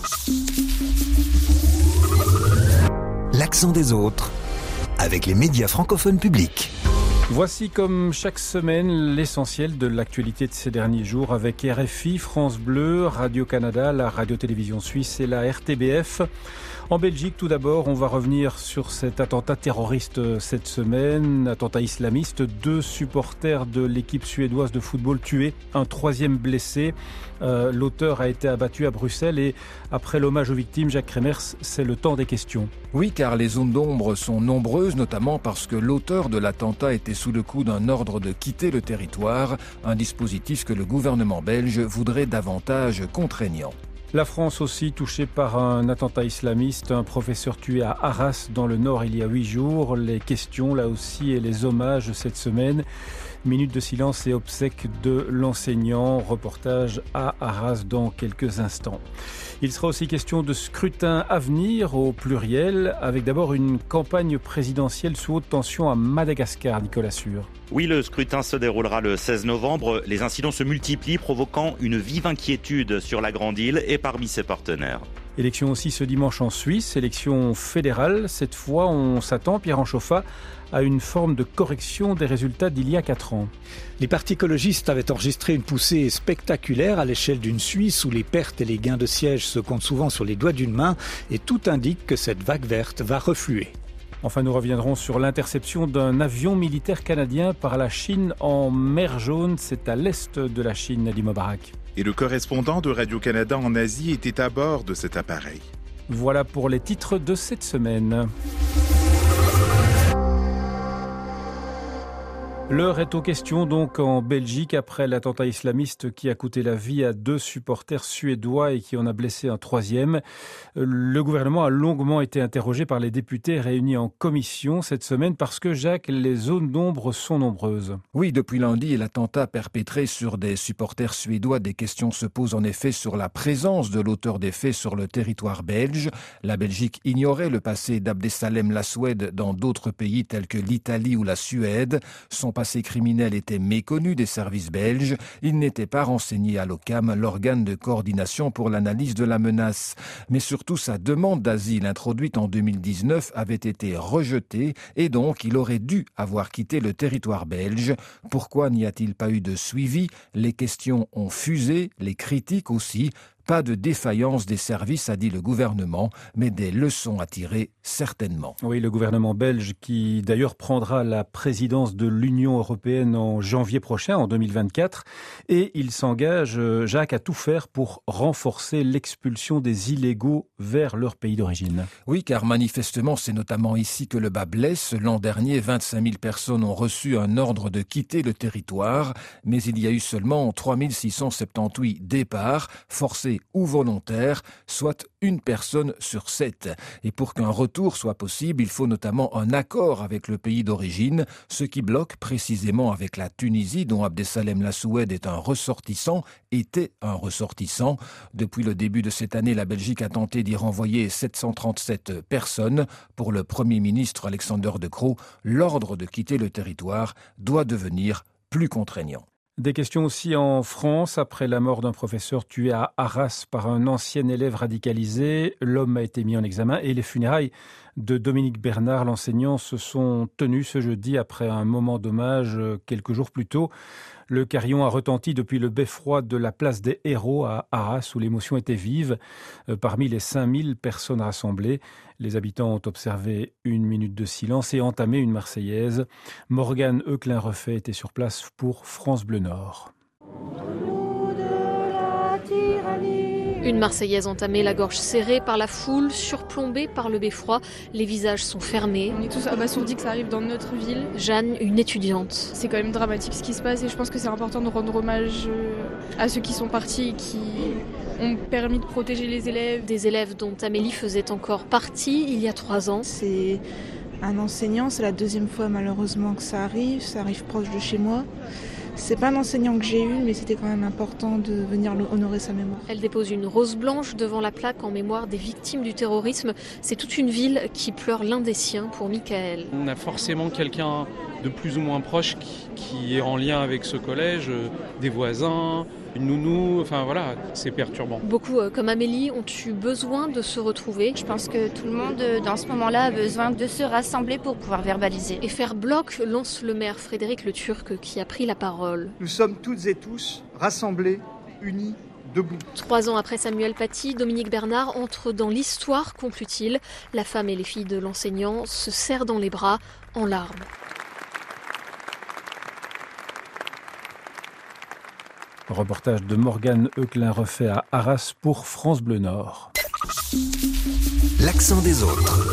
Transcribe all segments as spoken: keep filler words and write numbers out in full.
L'accent des autres, avec les médias francophones publics. Voici comme chaque semaine l'essentiel de l'actualité de ces derniers jours avec R F I, France Bleu, Radio-Canada, la Radio-Télévision Suisse et la R T B F. En Belgique, tout d'abord, on va revenir sur cet attentat terroriste cette semaine, attentat islamiste. Deux supporters de l'équipe suédoise de football tués, un troisième blessé. Euh, l'auteur a été abattu à Bruxelles et après l'hommage aux victimes, Jacques Kremers, c'est le temps des questions. Oui, car les zones d'ombre sont nombreuses, notamment parce que l'auteur de l'attentat était sous le coup d'un ordre de quitter le territoire, un dispositif que le gouvernement belge voudrait davantage contraignant. La France aussi touchée par un attentat islamiste, un professeur tué à Arras dans le Nord il y a huit jours. Les questions là aussi et les hommages cette semaine. Minute de silence et obsèques de l'enseignant. Reportage à Arras dans quelques instants. Il sera aussi question de scrutin à venir au pluriel, avec d'abord une campagne présidentielle sous haute tension à Madagascar, Nicolas Sûr. Oui, le scrutin se déroulera le seize novembre. Les incidents se multiplient, provoquant une vive inquiétude sur la grande île et parmi ses partenaires. Élection aussi ce dimanche en Suisse, élection fédérale. Cette fois, on s'attend, Pierre Anchofa, à une forme de correction des résultats d'il y a quatre ans. Les partis écologistes avaient enregistré une poussée spectaculaire à l'échelle d'une Suisse où les pertes et les gains de sièges se comptent souvent sur les doigts d'une main et tout indique que cette vague verte va refluer. Enfin, nous reviendrons sur l'interception d'un avion militaire canadien par la Chine en mer Jaune. C'est à l'est de la Chine, Nadim Mobarak. Et le correspondant de Radio-Canada en Asie était à bord de cet appareil. Voilà pour les titres de cette semaine. L'heure est aux questions donc en Belgique après l'attentat islamiste qui a coûté la vie à deux supporters suédois et qui en a blessé un troisième. Le gouvernement a longuement été interrogé par les députés réunis en commission cette semaine parce que, Jacques, les zones d'ombre sont nombreuses. Oui, depuis lundi et l'attentat perpétré sur des supporters suédois, des questions se posent en effet sur la présence de l'auteur des faits sur le territoire belge. La Belgique ignorait le passé d'Abdesalem Laswed dans d'autres pays tels que l'Italie ou la Suède. Son passé criminel était méconnu des services belges. Il n'était pas renseigné à l'O C A M, l'organe de coordination pour l'analyse de la menace. Mais surtout, sa demande d'asile introduite en deux mille dix-neuf avait été rejetée et donc il aurait dû avoir quitté le territoire belge. Pourquoi n'y a-t-il pas eu de suivi? Les questions ont fusé, les critiques aussi. Pas de défaillance des services, a dit le gouvernement, mais des leçons à tirer certainement. Oui, le gouvernement belge qui d'ailleurs prendra la présidence de l'Union européenne en janvier prochain, en deux mille vingt-quatre, et il s'engage, Jacques, à tout faire pour renforcer l'expulsion des illégaux vers leur pays d'origine. Oui, car manifestement, c'est notamment ici que le bas blesse. L'an dernier, vingt-cinq mille personnes ont reçu un ordre de quitter le territoire, mais il y a eu seulement trois mille six cent soixante-dix-huit départs forcés ou volontaire, soit une personne sur sept. Et pour qu'un retour soit possible, il faut notamment un accord avec le pays d'origine, ce qui bloque précisément avec la Tunisie, dont Abdesalem Laswed est un ressortissant, était un ressortissant. Depuis le début de cette année, la Belgique a tenté d'y renvoyer sept cent trente-sept personnes. Pour le Premier ministre Alexander De Croo, l'ordre de quitter le territoire doit devenir plus contraignant. Des questions aussi en France, après la mort d'un professeur tué à Arras par un ancien élève radicalisé. L'homme a été mis en examen et les funérailles de Dominique Bernard, l'enseignant, se sont tenues ce jeudi après un moment d'hommage quelques jours plus tôt. Le carillon a retenti depuis le beffroi de la place des Héros à Arras, où l'émotion était vive. Parmi les cinq mille personnes rassemblées, les habitants ont observé une minute de silence et entamé une Marseillaise. Morgane Euclin-Refait était sur place pour France Bleu Nord. Une Marseillaise entamée, la gorge serrée par la foule, surplombée par le beffroi. Les visages sont fermés. On est tous abasourdis que ça arrive dans notre ville. Jeanne, une étudiante. C'est quand même dramatique ce qui se passe et je pense que c'est important de rendre hommage à ceux qui sont partis et qui ont permis de protéger les élèves. Des élèves dont Amélie faisait encore partie il y a trois ans. C'est un enseignant, c'est la deuxième fois malheureusement que ça arrive, ça arrive proche de chez moi. C'est pas un enseignant que j'ai eu, mais c'était quand même important de venir honorer sa mémoire. Elle dépose une rose blanche devant la plaque en mémoire des victimes du terrorisme. C'est toute une ville qui pleure l'un des siens pour Michael. On a forcément quelqu'un de plus ou moins proche qui, qui est en lien avec ce collège, des voisins, une nounou, enfin voilà, c'est perturbant. Beaucoup, euh, comme Amélie, ont eu besoin de se retrouver. Je pense que tout le monde, dans ce moment-là, a besoin de se rassembler pour pouvoir verbaliser. Et faire bloc, lance le maire Frédéric Le Turc qui a pris la parole. Nous sommes toutes et tous rassemblés, unis, debout. Trois ans après Samuel Paty, Dominique Bernard entre dans l'histoire, conclut-il. La femme et les filles de l'enseignant se serrent dans les bras, en larmes. Reportage de Morgane Euclin refait à Arras pour France Bleu Nord. L'accent des autres.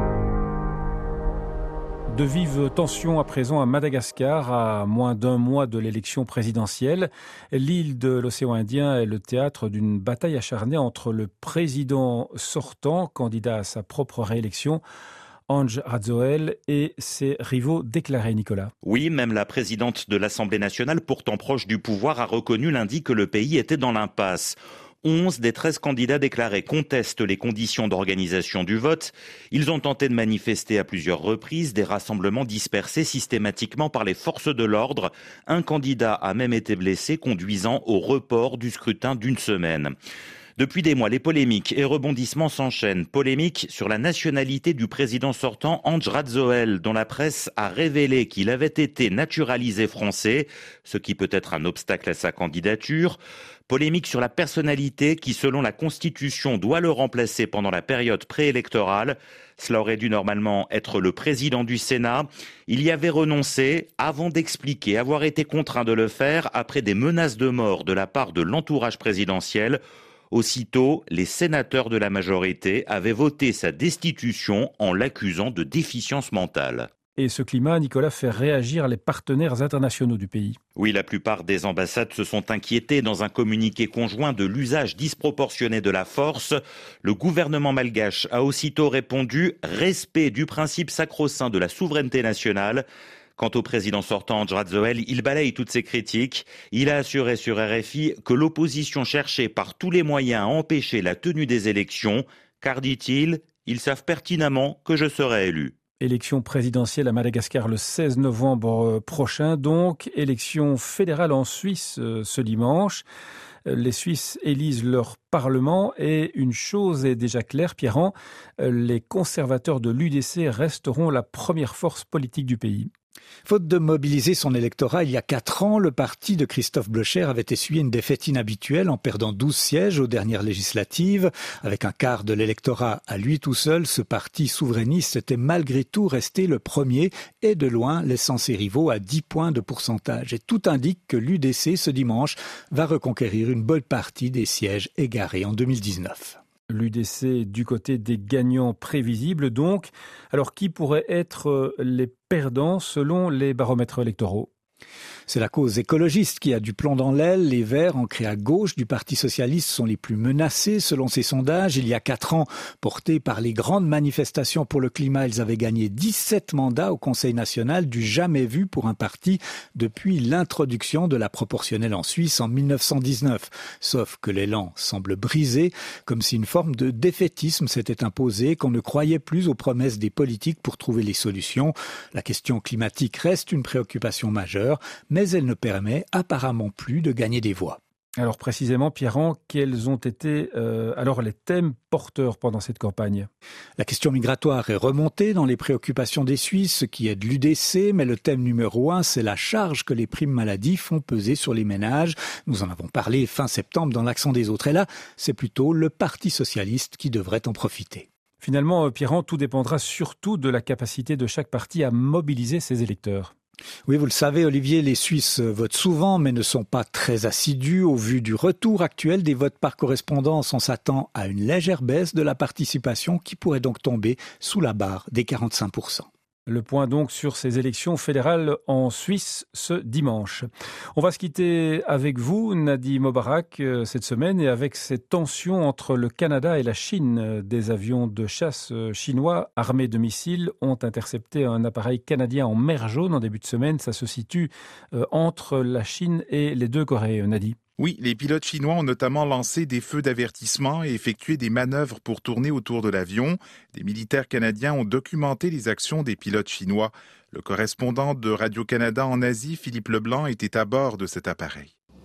De vives tensions à présent à Madagascar, à moins d'un mois de l'élection présidentielle. L'île de l'océan Indien est le théâtre d'une bataille acharnée entre le président sortant, candidat à sa propre réélection, Andry Rajoelina, et ses rivaux déclarés, Nicolas. Oui, même la présidente de l'Assemblée nationale, pourtant proche du pouvoir, a reconnu lundi que le pays était dans l'impasse. onze des treize candidats déclarés contestent les conditions d'organisation du vote. Ils ont tenté de manifester à plusieurs reprises, des rassemblements dispersés systématiquement par les forces de l'ordre. Un candidat a même été blessé, conduisant au report du scrutin d'une semaine. Depuis des mois, les polémiques et rebondissements s'enchaînent. Polémique sur la nationalité du président sortant Andry Rajoelina, dont la presse a révélé qu'il avait été naturalisé français, ce qui peut être un obstacle à sa candidature. Polémique sur la personnalité qui, selon la Constitution, doit le remplacer pendant la période préélectorale. Cela aurait dû normalement être le président du Sénat. Il y avait renoncé avant d'expliquer avoir été contraint de le faire après des menaces de mort de la part de l'entourage présidentiel. Aussitôt, les sénateurs de la majorité avaient voté sa destitution en l'accusant de déficience mentale. Et ce climat, Nicolas, fait réagir les partenaires internationaux du pays. Oui, la plupart des ambassades se sont inquiétées dans un communiqué conjoint de l'usage disproportionné de la force. Le gouvernement malgache a aussitôt répondu « respect du principe sacro-saint de la souveraineté nationale ». Quant au président sortant Andry Rajoelina, il balaye toutes ces critiques. Il a assuré sur R F I que l'opposition cherchait par tous les moyens à empêcher la tenue des élections, car, dit-il, ils savent pertinemment que je serai élu. Élection présidentielle à Madagascar le seize novembre prochain, donc élection fédérale en Suisse ce dimanche. Les Suisses élisent leur Parlement et une chose est déjà claire, Pierran, les conservateurs de l'U D C resteront la première force politique du pays. Faute de mobiliser son électorat, il y a quatre ans, le parti de Christophe Blocher avait essuyé une défaite inhabituelle en perdant douze sièges aux dernières législatives. Avec un quart de l'électorat à lui tout seul, ce parti souverainiste était malgré tout resté le premier et de loin laissant ses rivaux à dix points de pourcentage. Et tout indique que l'U D C ce dimanche va reconquérir une bonne partie des sièges égarés en deux mille dix-neuf. L'U D C du côté des gagnants prévisibles donc. Alors qui pourraient être les perdants selon les baromètres électoraux ? C'est la cause écologiste qui a du plomb dans l'aile. Les Verts, ancrés à gauche du Parti socialiste, sont les plus menacés selon ces sondages. Il y a quatre ans, portés par les grandes manifestations pour le climat, ils avaient gagné dix-sept mandats au Conseil national, du jamais vu pour un parti depuis l'introduction de la proportionnelle en Suisse en mille neuf cent dix-neuf. Sauf que l'élan semble brisé, comme si une forme de défaitisme s'était imposée, qu'on ne croyait plus aux promesses des politiques pour trouver les solutions. La question climatique reste une préoccupation majeure, mais elle ne permet apparemment plus de gagner des voix. Alors précisément, Pierran, quels ont été euh, alors les thèmes porteurs pendant cette campagne ? La question migratoire est remontée dans les préoccupations des Suisses, ce qui est de l'U D C, mais le thème numéro un, c'est la charge que les primes maladie font peser sur les ménages. Nous en avons parlé fin septembre dans l'Accent des autres. Et là, c'est plutôt le Parti socialiste qui devrait en profiter. Finalement, Pierran, tout dépendra surtout de la capacité de chaque parti à mobiliser ses électeurs. Oui, vous le savez, Olivier, les Suisses votent souvent, mais ne sont pas très assidus. Au vu du retour actuel des votes par correspondance, on s'attend à une légère baisse de la participation qui pourrait donc tomber sous la barre des quarante-cinq pour cent. Le point donc sur ces élections fédérales en Suisse ce dimanche. On va se quitter avec vous, Nadi Mobarak, cette semaine et avec ces tensions entre le Canada et la Chine. Des avions de chasse chinois armés de missiles ont intercepté un appareil canadien en mer Jaune en début de semaine. Ça se situe entre la Chine et les deux Corées, Nadi. Oui, les pilotes chinois ont notamment lancé des feux d'avertissement et effectué des manœuvres pour tourner autour de l'avion. Des militaires canadiens ont documenté les actions des pilotes chinois. Le correspondant de Radio-Canada en Asie, Philippe Leblanc, était à bord de cet appareil.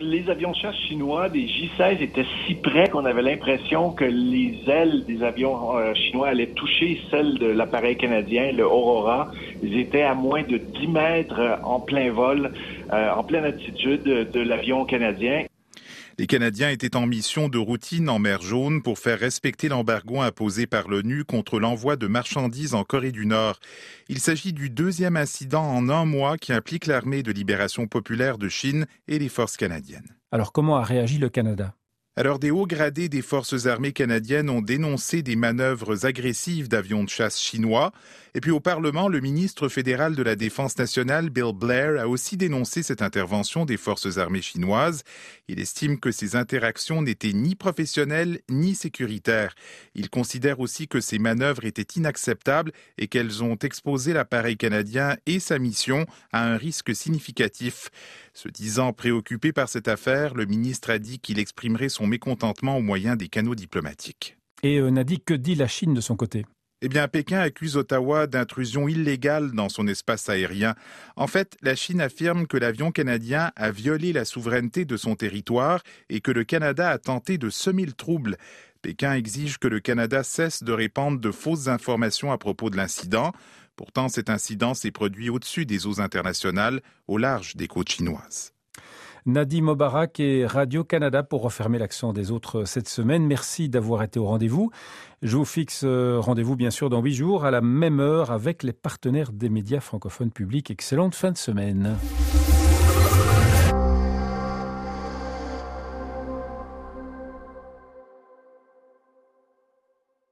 Les avions de chasse chinois des J seize étaient si près qu'on avait l'impression que les ailes des avions euh, chinois allaient toucher celles de l'appareil canadien, le Aurora. Ils étaient à moins de dix mètres en plein vol, euh, en pleine altitude de l'avion canadien. Les Canadiens étaient en mission de routine en mer Jaune pour faire respecter l'embargo imposé par l'ONU contre l'envoi de marchandises en Corée du Nord. Il s'agit du deuxième incident en un mois qui implique l'armée de libération populaire de Chine et les forces canadiennes. Alors comment a réagi le Canada ? Alors, des hauts gradés des forces armées canadiennes ont dénoncé des manœuvres agressives d'avions de chasse chinois. Et puis au Parlement, le ministre fédéral de la Défense nationale, Bill Blair, a aussi dénoncé cette intervention des forces armées chinoises. Il estime que ces interactions n'étaient ni professionnelles ni sécuritaires. Il considère aussi que ces manœuvres étaient inacceptables et qu'elles ont exposé l'appareil canadien et sa mission à un risque significatif. Se disant préoccupé par cette affaire, le ministre a dit qu'il exprimerait son mécontentement au moyen des canaux diplomatiques. Et euh, Nadi, que dit la Chine de son côté ? Eh bien, Pékin accuse Ottawa d'intrusion illégale dans son espace aérien. En fait, la Chine affirme que l'avion canadien a violé la souveraineté de son territoire et que le Canada a tenté de semer le trouble. Pékin exige que le Canada cesse de répandre de fausses informations à propos de l'incident. Pourtant, cet incident s'est produit au-dessus des eaux internationales, au large des côtes chinoises. Nadi Mobarak et Radio-Canada pour refermer l'accent des autres cette semaine. Merci d'avoir été au rendez-vous. Je vous fixe rendez-vous bien sûr dans huit jours à la même heure avec les partenaires des médias francophones publics. Excellente fin de semaine.